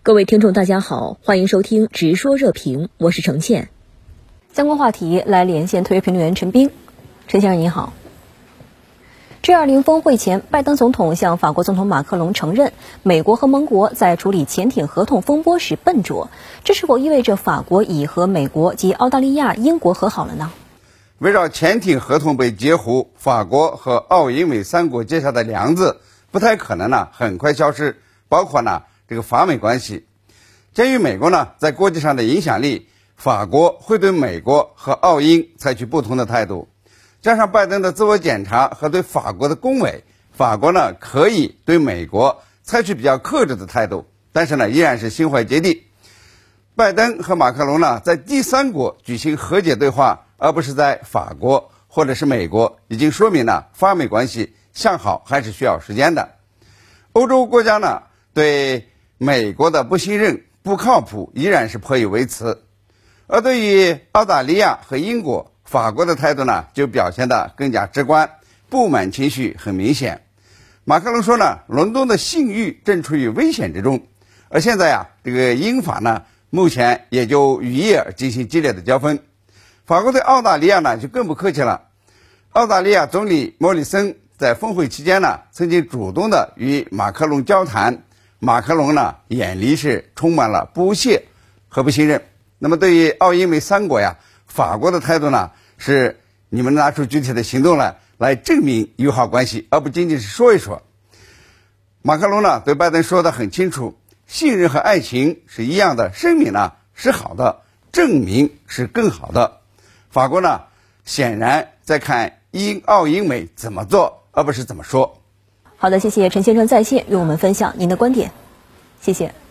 各位听众大家好，欢迎收听直说热评，我是程倩。相关话题来连线特约评论员陈斌。陈先生您好。G20 峰会前，拜登总统向法国总统马克龙承认，美国和盟国在处理潜艇合同风波时笨拙，这是否意味着法国已和美国及澳大利亚、英国和好了呢？ 围绕潜艇合同被截胡，法国和澳英美三国结下的梁子不太可能很快消失，包括这个法美关系。鉴于美国在国际上的影响力，法国会对美国和澳英采取不同的态度。加上拜登的自我检查和对法国的恭维，法国可以对美国采取比较克制的态度，但是依然是心怀芥蒂。拜登和马克龙在第三国举行和解对话，而不是在法国或者是美国，已经说明法美关系向好还是需要时间的。欧洲国家对美国的不信任、不靠谱依然是颇有微词，而对于澳大利亚和英国，法国的态度就表现得更加直观，不满情绪很明显。马克龙说伦敦的信誉正处于危险之中，而现在这个英法目前也就与耶尔进行激烈的交锋。法国对澳大利亚就更不客气了。澳大利亚总理莫里森在峰会期间曾经主动的与马克龙交谈，马克龙眼里是充满了不屑和不信任。那么对于澳英美三国法国的态度是你们拿出具体的行动来证明友好关系，而不仅仅是说一说。马克龙对拜登说得很清楚，信任和爱情是一样的，声明是好的，证明是更好的。法国显然在看澳英美怎么做，而不是怎么说。 好的，谢谢陈先生在线与我们分享您的观点，谢谢。